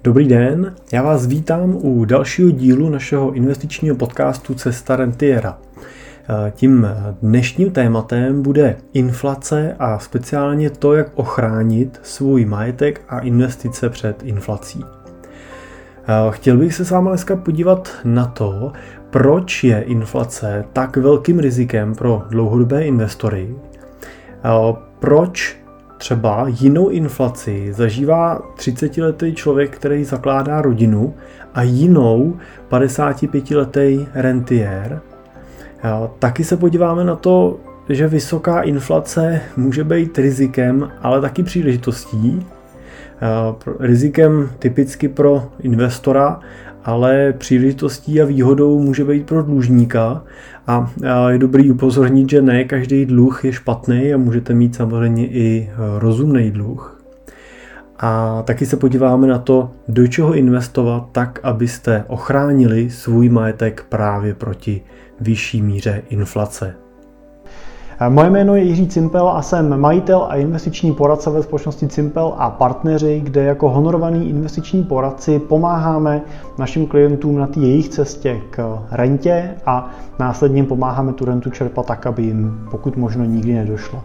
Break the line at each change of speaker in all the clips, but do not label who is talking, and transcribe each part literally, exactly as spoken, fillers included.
Dobrý den, já vás vítám u dalšího dílu našeho investičního podcastu Cesta rentiera. Tím dnešním tématem bude inflace a speciálně to, jak ochránit svůj majetek a investice před inflací. Chtěl bych se s vámi dneska podívat na to, proč je inflace tak velkým rizikem pro dlouhodobé investory, proč třeba jinou inflaci zažívá třicetiletý člověk, který zakládá rodinu, a jinou padesátipětiletý rentiér. Taky se podíváme na to, že vysoká inflace může být rizikem, ale taky příležitostí. Rizikem typicky pro investora, ale příležitostí a výhodou může být pro dlužníka. A je dobrý upozornit, že ne každý dluh je špatný a můžete mít samozřejmě i rozumný dluh. A taky se podíváme na to, do čeho investovat tak, abyste ochránili svůj majetek právě proti vyšší míře inflace.
Moje jméno je Jiří Cimpel a jsem majitel a investiční poradce ve společnosti Cimpel a partneři, kde jako honorovaní investiční poradci pomáháme našim klientům na té jejich cestě k rentě a následně pomáháme tu rentu čerpat tak, aby jim pokud možno nikdy nedošlo.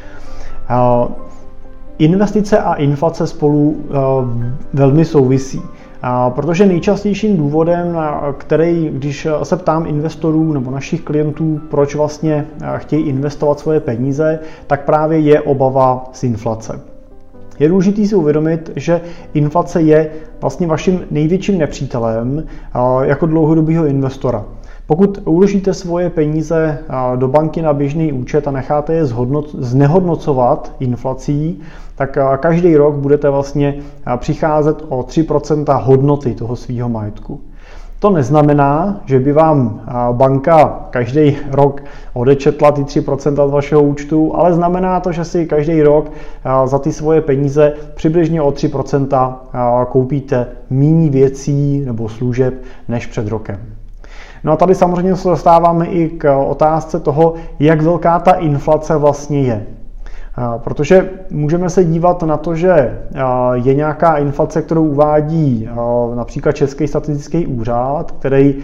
Investice a inflace spolu velmi souvisí. Protože nejčastějším důvodem, který, když se ptám investorů nebo našich klientů, proč vlastně chtějí investovat svoje peníze, tak právě je obava z inflace. Je důležité si uvědomit, že inflace je vlastně vaším největším nepřítelem jako dlouhodobého investora. Pokud uložíte svoje peníze do banky na běžný účet a necháte je znehodnocovat inflací, tak každý rok budete vlastně přicházet o tři procenta hodnoty toho svého majetku. To neznamená, že by vám banka každý rok odečetla ty tři procenta z vašeho účtu, ale znamená to, že si každý rok za ty svoje peníze přibližně o tři procenta koupíte méně věcí nebo služeb než před rokem. No a tady samozřejmě se dostáváme i k otázce toho, jak velká ta inflace vlastně je. Protože můžeme se dívat na to, že je nějaká inflace, kterou uvádí například Český statistický úřad, který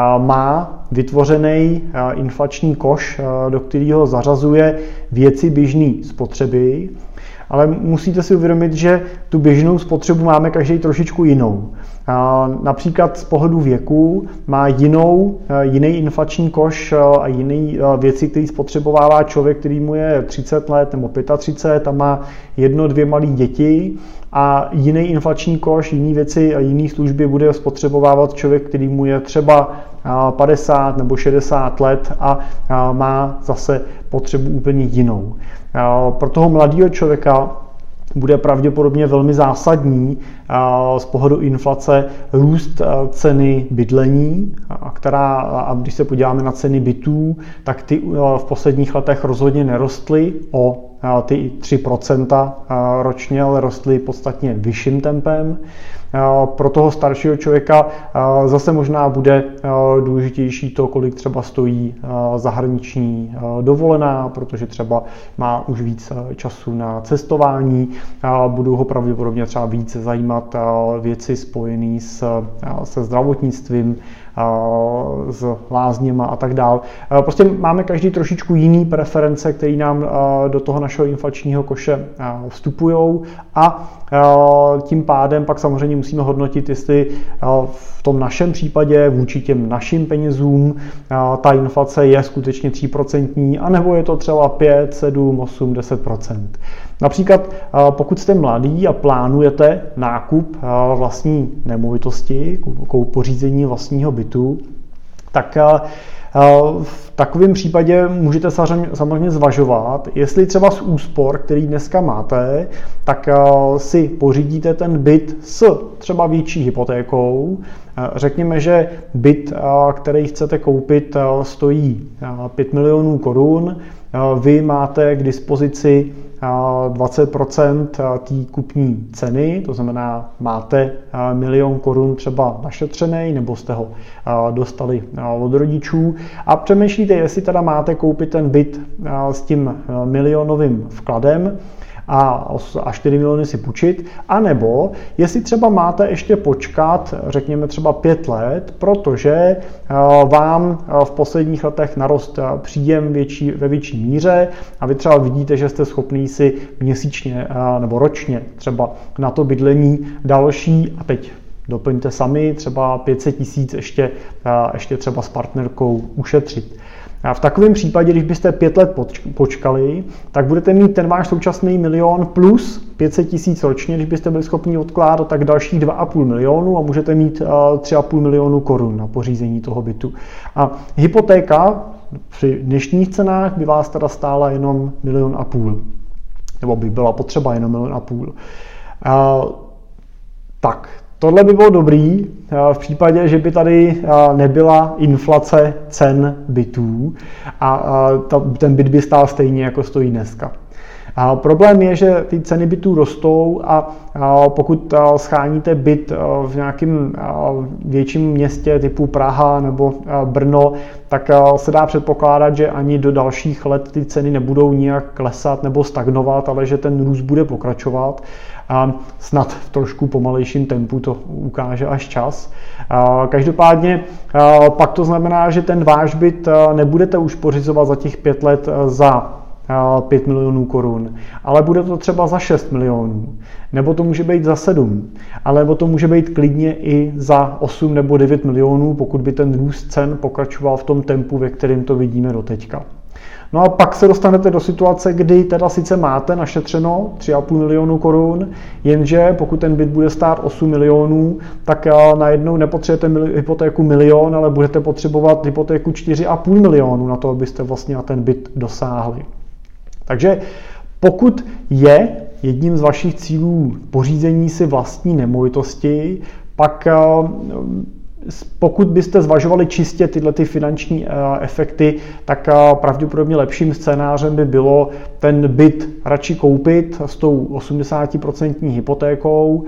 má vytvořený inflační koš, do kterého zařazuje věci běžné spotřeby. Ale musíte si uvědomit, že tu běžnou spotřebu máme každý trošičku jinou. Například z pohledu věku má jinou, jiný inflační koš a jiné věci, které spotřebovává člověk, který mu je třicet let nebo třicet pět a má jedno, dvě malé děti. A jiný inflační koš, jiné věci a jiné služby bude spotřebovávat člověk, který mu je třeba padesát nebo šedesát let a má zase potřebu úplně jinou. Pro toho mladého člověka bude pravděpodobně velmi zásadní z pohledu inflace růst ceny bydlení, která, a když se podíváme na ceny bytů, tak ty v posledních letech rozhodně nerostly o ty tři procenta ročně, ale rostly podstatně vyšším tempem. Pro toho staršího člověka zase možná bude důležitější to, kolik třeba stojí zahraniční dovolená, protože třeba má už víc času na cestování, budou ho pravděpodobně třeba více zajímat věci spojené s, se zdravotnictvím, s lázněma a tak dál. Prostě máme každý trošičku jiný preference, které nám do toho našeho inflačního koše vstupují a tím pádem pak samozřejmě musíme hodnotit, jestli v tom našem případě vůči těm našim penězům ta inflace je skutečně tří procent, anebo je to třeba pět, sedm, osm, deset procent. Například pokud jste mladý a plánujete nákup vlastní nemovitosti, pořízení vlastního bytu, tak v takovém případě můžete samozřejmě zvažovat, jestli třeba z úspor, který dneska máte, tak si pořídíte ten byt s třeba větší hypotékou. Řekněme, že byt, který chcete koupit, stojí pět milionů korun. Vy máte k dispozici dvacet procent té kupní ceny, to znamená, máte milion korun třeba našetřený, nebo jste ho dostali od rodičů a přemýšlíte, jestli teda máte koupit ten byt s tím milionovým vkladem, a, a čtyři miliony si půjčit, anebo jestli třeba máte ještě počkat, řekněme třeba pět let, protože vám v posledních letech narost příjem větší, ve větší míře a vy třeba vidíte, že jste schopný si měsíčně nebo ročně třeba na to bydlení další, a teď doplňte sami, třeba pět set tisíc ještě, ještě třeba s partnerkou ušetřit. A v takovém případě, když byste pět let počkali, tak budete mít ten váš současný milion plus pět set tisíc ročně, když byste byli schopni odkládat, tak dalších dva a půl milionu a můžete mít tři a půl milionu korun na pořízení toho bytu. A hypotéka při dnešních cenách by vás teda stála jenom milion a půl. Nebo by byla potřeba jenom milion a půl. A, tak, tohle by bylo dobrý v případě, že by tady nebyla inflace cen bytů a ten byt by stál stejně, jako stojí dneska. A problém je, že ty ceny bytů rostou a pokud scháníte byt v nějakém větším městě typu Praha nebo Brno, tak se dá předpokládat, že ani do dalších let ty ceny nebudou nijak klesat nebo stagnovat, ale že ten růst bude pokračovat. Snad v trošku pomalejším tempu, to ukáže až čas. Každopádně pak to znamená, že ten váš byt nebudete už pořizovat za těch pět let za pět milionů korun, ale bude to třeba za šest milionů, nebo to může být za sedm, alebo to může být klidně i za osm nebo devět milionů, pokud by ten růst cen pokračoval v tom tempu, ve kterém to vidíme doteďka. No a pak se dostanete do situace, kdy teda sice máte našetřeno tři a půl milionu korun, jenže pokud ten byt bude stát osm milionů, tak najednou nepotřebujete hypotéku milion, ale budete potřebovat hypotéku čtyři a půl milionu na to, abyste vlastně na ten byt dosáhli. Takže pokud je jedním z vašich cílů pořízení si vlastní nemovitosti, pak pokud byste zvažovali čistě tyhle ty finanční efekty, tak pravděpodobně lepším scénářem by bylo ten byt radši koupit s tou osmdesátiprocentní hypotékou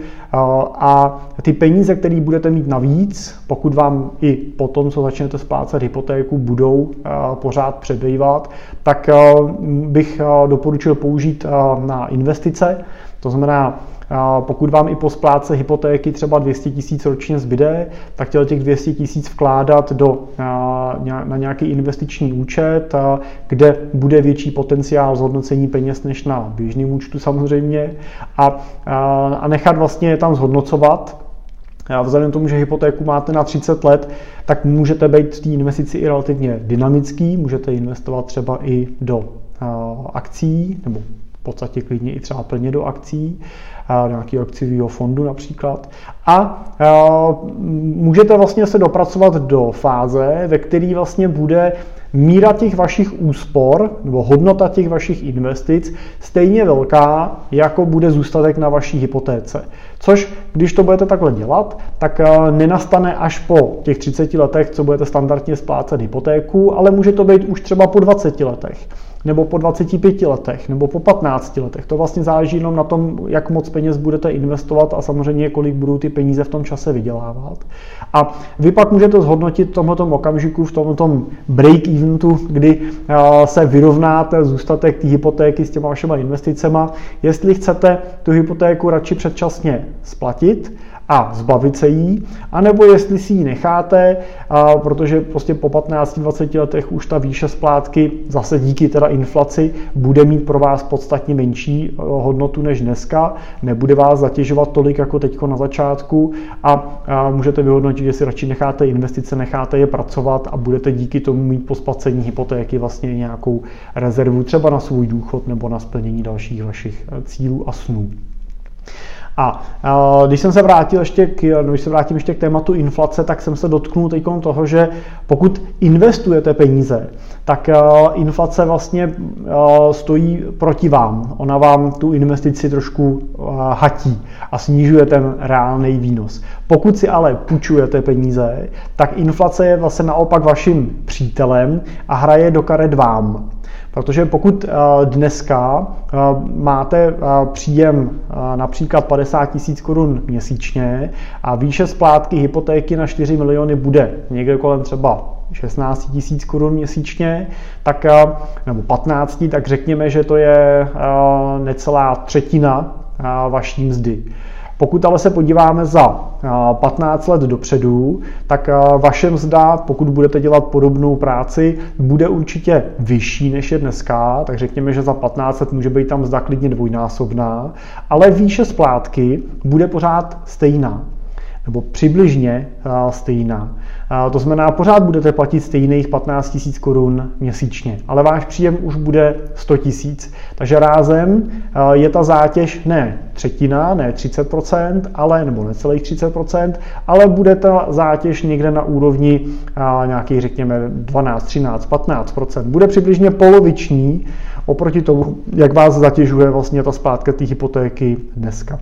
a ty peníze, které budete mít navíc, pokud vám i po tom, co začnete splácet hypotéku, budou pořád přebývat, tak bych doporučil použít na investice. To znamená, pokud vám i po splátce hypotéky třeba dvě stě tisíc ročně zbyde, tak chtěl těch dvě stě tisíc vkládat do, na nějaký investiční účet, kde bude větší potenciál zhodnocení peněz než na běžném účtu samozřejmě a, a nechat vlastně tam zhodnocovat. Vzhledem k tomu, že hypotéku máte na třicet let, tak můžete být v té investici i relativně dynamický, můžete investovat třeba i do akcí nebo v podstatě klidně i třeba plně do akcí, do nějakého akciového fondu například. A můžete vlastně se dopracovat do fáze, ve které vlastně bude míra těch vašich úspor nebo hodnota těch vašich investic stejně velká, jako bude zůstatek na vaší hypotéce. Což, když to budete takhle dělat, tak nenastane až po těch třiceti letech, co budete standardně splácet hypotéku, ale může to být už třeba po dvaceti letech, nebo po dvaceti pěti letech, nebo po patnácti letech. To vlastně záleží jenom na tom, jak moc peněz budete investovat a samozřejmě, kolik budou ty peníze v tom čase vydělávat. A vy pak můžete zhodnotit v tomto okamžiku, v tomto break-eventu, kdy se vyrovnáte zůstatek té hypotéky s těma vašima investicema, jestli chcete tu hypotéku radši předčasně splatit a zbavit se jí, anebo jestli si ji necháte, protože prostě po patnácti dvaceti letech už ta výše splátky zase díky teda inflaci bude mít pro vás podstatně menší hodnotu než dneska, nebude vás zatěžovat tolik jako teďko na začátku a můžete vyhodnotit, že si radši necháte investice, necháte je pracovat a budete díky tomu mít po splacení hypotéky vlastně nějakou rezervu třeba na svůj důchod nebo na splnění dalších vašich cílů a snů. A když jsem se vrátil ještě k, když se vrátím ještě k tématu inflace, tak jsem se dotknul teď toho, že pokud investujete peníze, tak inflace vlastně stojí proti vám. Ona vám tu investici trošku hatí a snižuje ten reálný výnos. Pokud si ale půjčujete peníze, tak inflace je vlastně naopak vaším přítelem a hraje do karet vám. Protože pokud dneska máte příjem například padesát tisíc korun měsíčně a výše splátky hypotéky na čtyři miliony bude někde kolem třeba šestnáct tisíc korun měsíčně, tak, nebo patnáct, tak řekněme, že to je necelá třetina vaší mzdy. Pokud ale se podíváme za patnáct let dopředu, tak vaše mzda, pokud budete dělat podobnou práci, bude určitě vyšší než je dneska, tak řekněme, že za patnáct let může být tam mzda klidně dvojnásobná, ale výše splátky bude pořád stejná, nebo přibližně stejná. To znamená, pořád budete platit stejných patnáct tisíc korun měsíčně, ale váš příjem už bude sto tisíc. Takže rázem je ta zátěž ne třetina, ne třicet procent, ale, nebo necelých třicet procent, ale bude ta zátěž někde na úrovni nějakých, řekněme, dvanáct, třináct, patnáct procent. Bude přibližně poloviční oproti tomu, jak vás zatěžuje vlastně ta splátka té hypotéky dneska.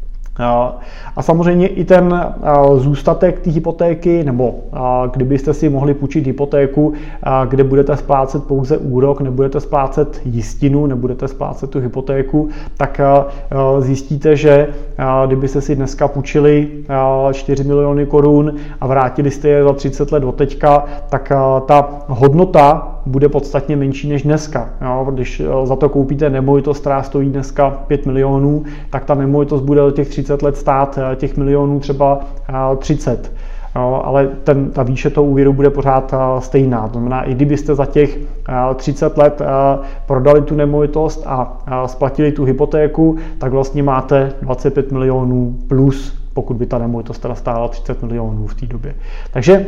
A samozřejmě i ten zůstatek té hypotéky, nebo kdybyste si mohli půjčit hypotéku, kde budete splácet pouze úrok, nebudete splácet jistinu, nebudete splácet tu hypotéku, tak zjistíte, že kdybyste si dneska půjčili čtyři miliony korun a vrátili jste je za třicet let od teďka, tak ta hodnota bude podstatně menší než dneska. Když za to koupíte nemovitost, která stojí dneska pět milionů, tak ta nemovitost bude do těch třicet let stát těch milionů třeba třicet. Ale ten, ta výše toho úvěru bude pořád stejná. To znamená, i kdybyste za těch třicet let prodali tu nemovitost a splatili tu hypotéku, tak vlastně máte dvacet pět milionů plus, pokud by ta nemovitost teda stála třicet milionů v té době. Takže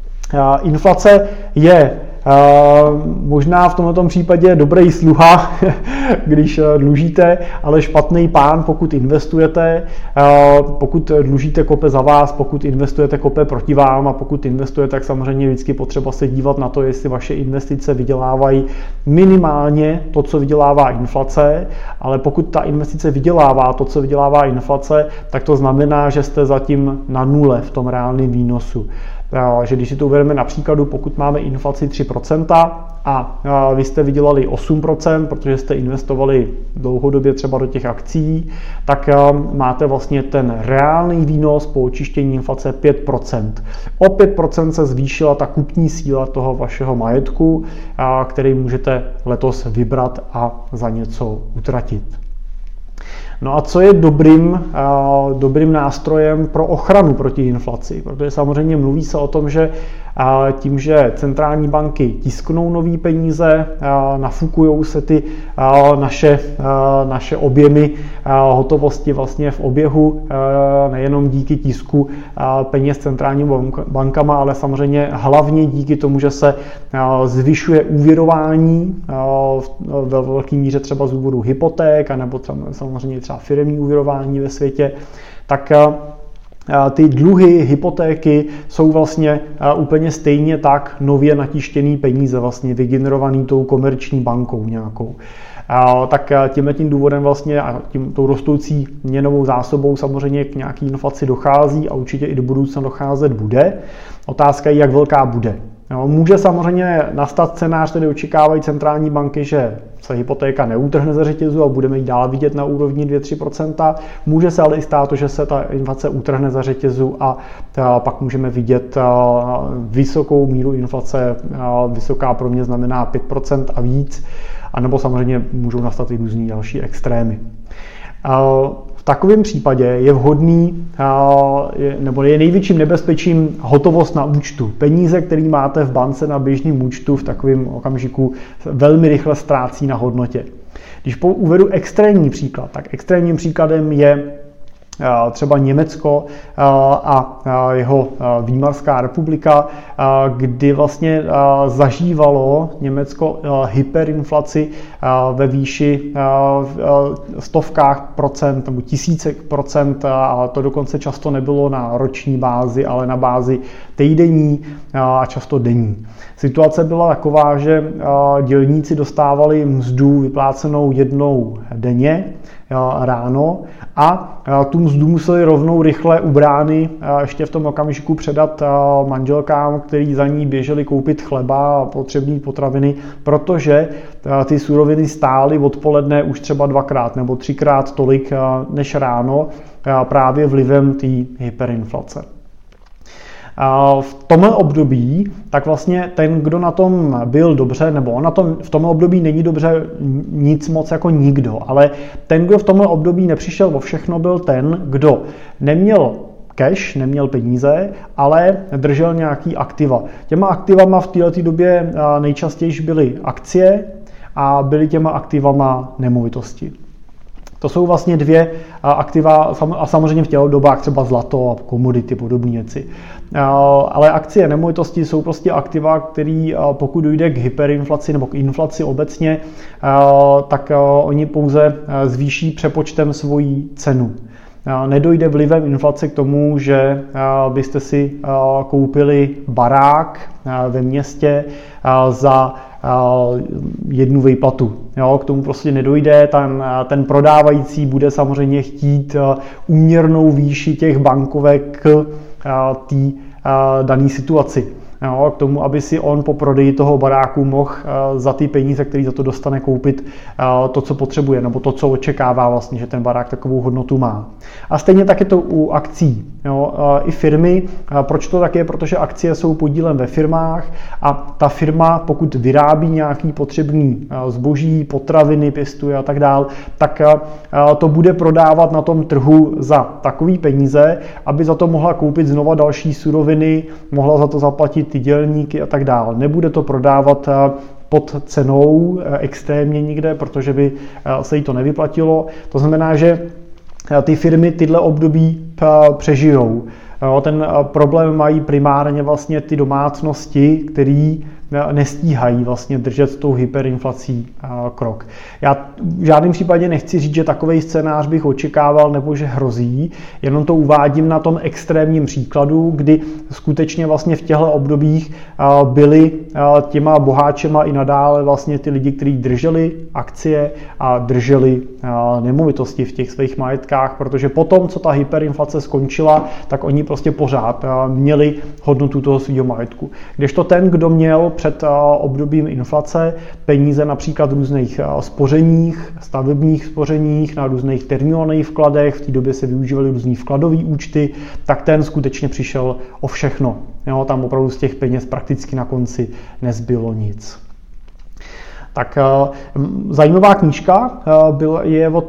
inflace je možná v tomto případě dobrý sluha, když dlužíte, ale špatný pán, pokud investujete. Pokud dlužíte, kope za vás, pokud investujete, kope proti vám, a pokud investujete, tak samozřejmě vždycky potřeba se dívat na to, jestli vaše investice vydělávají minimálně to, co vydělává inflace, ale pokud ta investice vydělává to, co vydělává inflace, tak to znamená, že jste zatím na nule v tom reálném výnosu. Že když si to uvedeme na příkladu, pokud máme inflaci tři procenta a vy jste vydělali osm procent, protože jste investovali dlouhodobě třeba do těch akcí, tak máte vlastně ten reálný výnos po očištění inflace pět procent. O pět procent se zvýšila ta kupní síla toho vašeho majetku, který můžete letos vybrat a za něco utratit. No a co je dobrým, dobrým nástrojem pro ochranu proti inflaci? Protože samozřejmě mluví se o tom, že tím, že centrální banky tisknou nový peníze, nafukují se ty naše, naše objemy hotovosti vlastně v oběhu, nejenom díky tisku peněz centrálními bankama, ale samozřejmě hlavně díky tomu, že se zvyšuje úvěrování ve velké míře třeba z důvodu hypoték, anebo samozřejmě třeba firemní úvěrování ve světě, tak ty dluhy, hypotéky jsou vlastně úplně stejně tak nově natištěný peníze, vlastně vygenerovaný tou komerční bankou nějakou. Tak tímhletím důvodem vlastně a tím tou rostoucí měnovou zásobou samozřejmě k nějaký inflaci dochází a určitě i do budoucna docházet bude. Otázka je, jak velká bude. Může samozřejmě nastat scénář, který očekávají centrální banky, že se hypotéka neutrhne ze řetězu a budeme ji dál vidět na úrovni dvě až tři procenta. Může se ale i stát to, že se ta inflace utrhne za řetězu a pak můžeme vidět vysokou míru inflace. Vysoká pro mě znamená pět procent a víc, anebo samozřejmě můžou nastat i různý další extrémy. V takovém případě je vhodný, nebo je největším nebezpečím hotovost na účtu. Peníze, které máte v bance na běžném účtu, v takovém okamžiku velmi rychle ztrácí na hodnotě. Když uvedu extrémní příklad, tak extrémním příkladem je třeba Německo a jeho Výmarská republika, kdy vlastně zažívalo Německo hyperinflaci ve výši stovkách procent nebo tisícek procent, a to dokonce často nebylo na roční bázi, ale na bázi týdenní a často denní. Situace byla taková, že dělníci dostávali mzdu vyplácenou jednou denně, ráno a tu mzdu museli rovnou rychle u brány ještě v tom okamžiku předat manželkám, který za ní běželi koupit chleba a potřebné potraviny, protože ty suroviny stály odpoledne už třeba dvakrát nebo třikrát tolik než ráno právě vlivem té hyperinflace. V tomhle období, tak vlastně ten, kdo na tom byl dobře, nebo on na tom, v tomhle období není dobře nic moc jako nikdo, ale ten, kdo v tomhle období nepřišel o všechno, byl ten, kdo neměl cash, neměl peníze, ale držel nějaký aktiva. Těma aktivama v této době nejčastěji byly akcie a byly těma aktivama nemovitosti. To jsou vlastně dvě aktiva a samozřejmě v těchto dobách třeba zlato a komodity, podobné věci. Ale akcie nemovitosti jsou prostě aktiva, které pokud dojde k hyperinflaci nebo k inflaci obecně, tak oni pouze zvýší přepočtem svoji cenu. Nedojde vlivem inflace k tomu, že byste si koupili barák ve městě za jednu výplatu. Jo, k tomu prostě nedojde, ten, ten prodávající bude samozřejmě chtít úměrnou výši těch bankovek k té dané situaci. Jo, k tomu, aby si on po prodeji toho baráku mohl za ty peníze, které za to dostane, koupit to, co potřebuje, nebo to, co očekává vlastně, že ten barák takovou hodnotu má. A stejně tak je to u akcí. Jo, i firmy. Proč to tak je? Protože akcie jsou podílem ve firmách a ta firma, pokud vyrábí nějaký potřebný zboží, potraviny, pěstuje a tak dál, tak to bude prodávat na tom trhu za takový peníze, aby za to mohla koupit znova další suroviny, mohla za to zaplatit ty dělníky a tak dál. Nebude to prodávat pod cenou extrémně nikde, protože by se jí to nevyplatilo. To znamená, že ty firmy tyhle období přežijou. Ten problém mají primárně vlastně ty domácnosti, který nestíhají vlastně držet s tou hyperinflací krok. Já v žádném případě nechci říct, že takový scénář bych očekával nebo že hrozí, jenom to uvádím na tom extrémním příkladu, kdy skutečně vlastně v těchto obdobích byli těma boháčema i nadále vlastně ty lidi, kteří drželi akcie a drželi nemovitosti v těch svých majetkách, protože potom, co ta hyperinflace skončila, tak oni prostě pořád měli hodnotu toho svého majetku. Kdežto ten, kdo měl před obdobím inflace peníze například v různých spořeních, stavebních spořeních, na různých termínovaných vkladech, v té době se využívaly různý vkladové účty, tak ten skutečně přišel o všechno. Jo, tam opravdu z těch peněz prakticky na konci nezbylo nic. Tak zajímavá knížka je od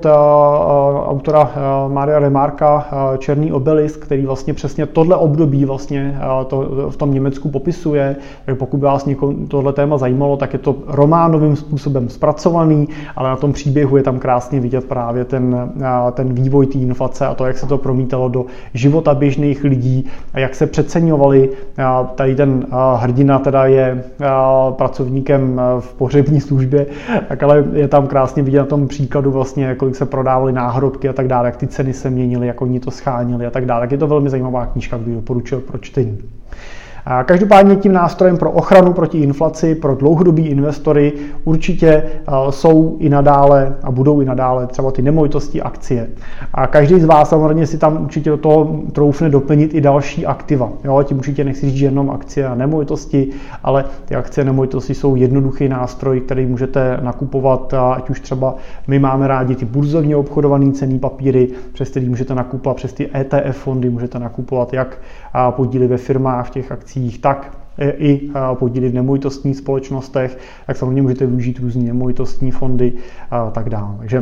autora Maria Remarka Černý obelisk, který vlastně přesně tohle období vlastně to v tom Německu popisuje. Pokud by vás tohle téma zajímalo, tak je to románovým způsobem zpracovaný, ale na tom příběhu je tam krásně vidět právě ten, ten vývoj té inflace a to, jak se to promítalo do života běžných lidí a jak se přeceňovali. Tady ten hrdina teda je pracovníkem v pohřební službě, tak ale je tam krásně vidět na tom příkladu vlastně, kolik se prodávaly náhrobky a tak dále, jak ty ceny se měnily, jak oni to schánili a tak dále. Tak je to velmi zajímavá knížka, bych doporučil pro čtení. Každopádně tím nástrojem pro ochranu proti inflaci, pro dlouhodobí investory určitě jsou i nadále a budou i nadále třeba ty nemovitosti, akcie. A každý z vás samozřejmě si tam určitě do toho troufne doplnit i další aktiva. Jo, tím určitě nechci říct jenom akcie a nemovitosti, ale ty akcie a nemovitosti jsou jednoduchý nástroj, který můžete nakupovat, ať už třeba my máme rádi ty burzovně obchodované cenné papíry, přes který můžete nakupovat, přes ty E T F fondy můžete nakupovat jak podíly ve firmách v těch akcích, tak i podíly v nemovitostních společnostech, tak samozřejmě můžete využít různé nemovitostní fondy a tak dále. Takže,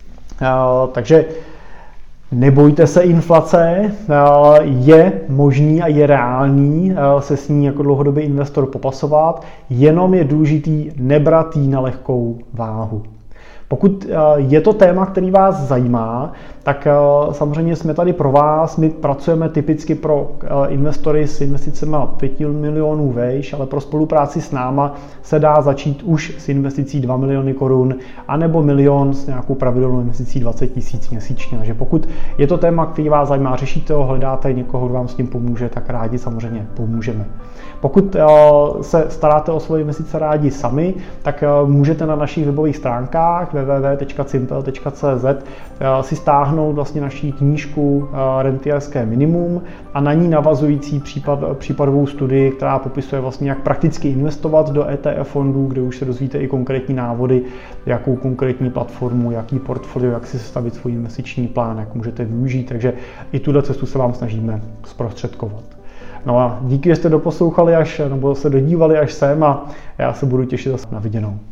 takže nebojte se inflace, je možný a je reálný se s ní jako dlouhodobý investor popasovat, jenom je důležitý nebrat jí na lehkou váhu. Pokud je to téma, který vás zajímá, tak samozřejmě jsme tady pro vás. My pracujeme typicky pro investory s investicemi pět milionů vejš, ale pro spolupráci s náma se dá začít už s investicí dva miliony korun, anebo milion s nějakou pravidelnou investicí dvacet tisíc měsíčně. Takže pokud je to téma, který vás zajímá, řešíte ho, hledáte někoho, kdo vám s tím pomůže, tak rádi samozřejmě pomůžeme. Pokud se staráte o svoje investice rádi sami, tak můžete na našich webových stránkách w w w tečka cimpel tečka c z si stáhnout vlastně naši knížku Rentierské minimum a na ní navazující případ, případovou studii, která popisuje vlastně, jak prakticky investovat do E T F fondů, kde už se dozvíte i konkrétní návody, jakou konkrétní platformu, jaký portfolio, jak si sestavit svůj investiční plán, jak můžete využít. Takže i tuhle cestu se vám snažíme zprostředkovat. No a díky, že jste doposlouchali až, nebo se dodívali až sem a já se budu těšit zase na viděnou.